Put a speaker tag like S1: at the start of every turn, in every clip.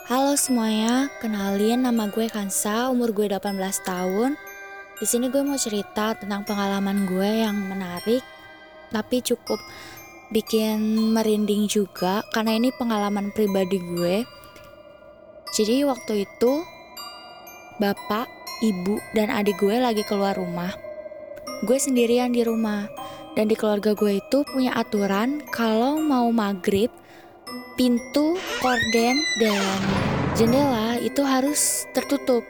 S1: Halo semuanya, kenalin nama gue Kansa, umur gue 18 tahun. Di sini gue mau cerita tentang pengalaman gue yang menarik, tapi cukup bikin merinding juga karena ini pengalaman pribadi gue. Jadi waktu itu bapak, ibu, dan adik gue lagi keluar rumah. Gue sendirian di rumah. Dan di keluarga gue itu punya aturan kalau mau maghrib, pintu, korden, dan jendela itu harus tertutup.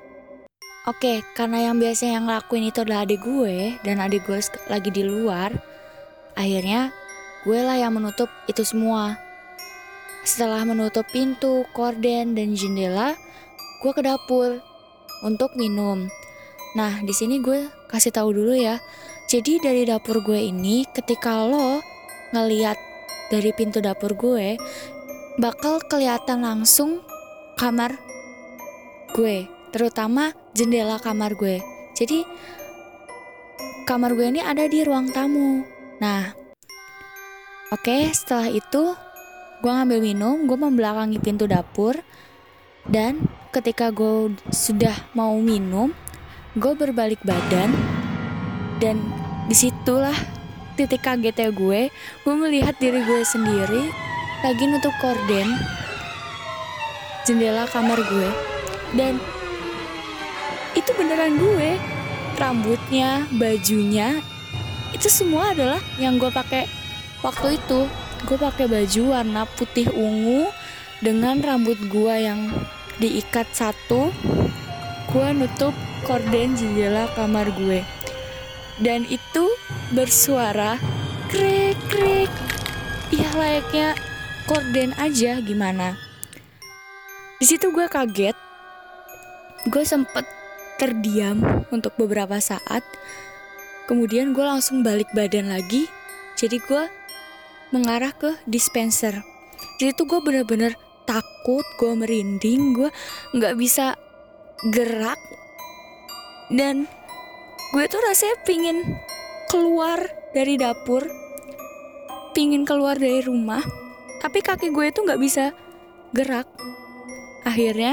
S1: Oke, karena yang biasanya yang ngelakuin itu adalah adik gue, dan adik gue lagi di luar, akhirnya gue lah yang menutup itu semua. Setelah menutup pintu, korden, dan jendela, gue ke dapur untuk minum. Nah, di sini gue kasih tahu dulu ya. Jadi dari dapur gue ini, ketika lo ngeliat dari pintu dapur gue, bakal kelihatan langsung kamar gue, terutama jendela kamar gue. Jadi kamar gue ini ada di ruang tamu. Nah, oke, setelah itu gue ngambil minum, gue membelakangi pintu dapur. Dan ketika gue sudah mau minum, gue berbalik badan. Dan disitulah titik kagetnya gue melihat diri gue sendiri lagi nutup korden jendela kamar gue. Dan itu beneran gue, rambutnya, bajunya, itu semua adalah yang gue pakai waktu itu. Gue pakai baju warna putih ungu dengan rambut gue yang diikat satu. Gue nutup korden jendela kamar gue. Dan itu bersuara krek krek. Ya layaknya korden aja gimana. Di situ gue kaget. Gue sempet terdiam untuk beberapa saat. Kemudian gue langsung balik badan lagi. Jadi gue mengarah ke dispenser. Jadi tuh gue bener-bener takut, gue merinding, gue gak bisa gerak. Dan gue tuh rasanya pingin keluar dari dapur, pingin keluar dari rumah, tapi kaki gue tuh gak bisa gerak. Akhirnya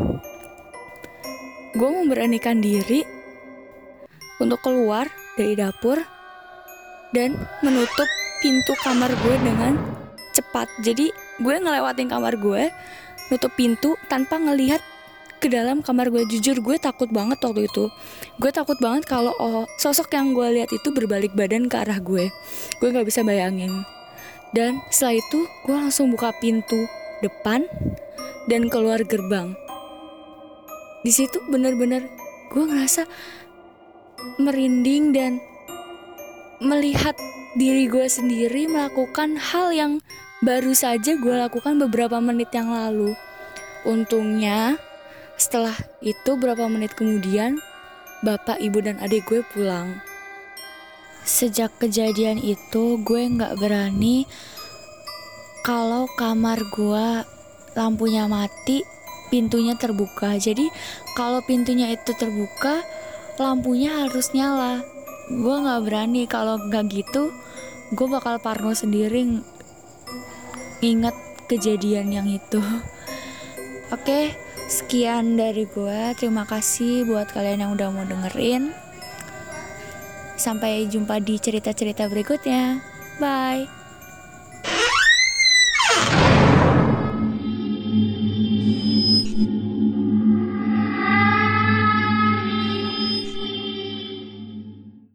S1: gue memberanikan diri untuk keluar dari dapur dan menutup pintu kamar gue dengan cepat. Jadi gue ngelewatin kamar gue, nutup pintu tanpa ngelihat ke dalam kamar gue. Jujur gue takut banget waktu itu. Gue takut banget kalau sosok yang gue lihat itu berbalik badan ke arah gue. Gue gak bisa bayangin. Dan setelah itu gue langsung buka pintu depan dan keluar gerbang. Di situ bener-bener gue ngerasa merinding dan melihat diri gue sendiri melakukan hal yang baru saja gue lakukan beberapa menit yang lalu. Untungnya setelah itu beberapa menit kemudian bapak, ibu, dan adik gue pulang. Sejak kejadian itu gue gak berani kalau kamar gue lampunya mati, pintunya terbuka. Jadi kalau pintunya itu terbuka, lampunya harus nyala. Gue gak berani, kalau gak gitu gue bakal parno sendiri ingat kejadian yang itu. Oke, sekian dari gue. Terima kasih buat kalian yang udah mau dengerin. Sampai jumpa di cerita-cerita berikutnya. Bye.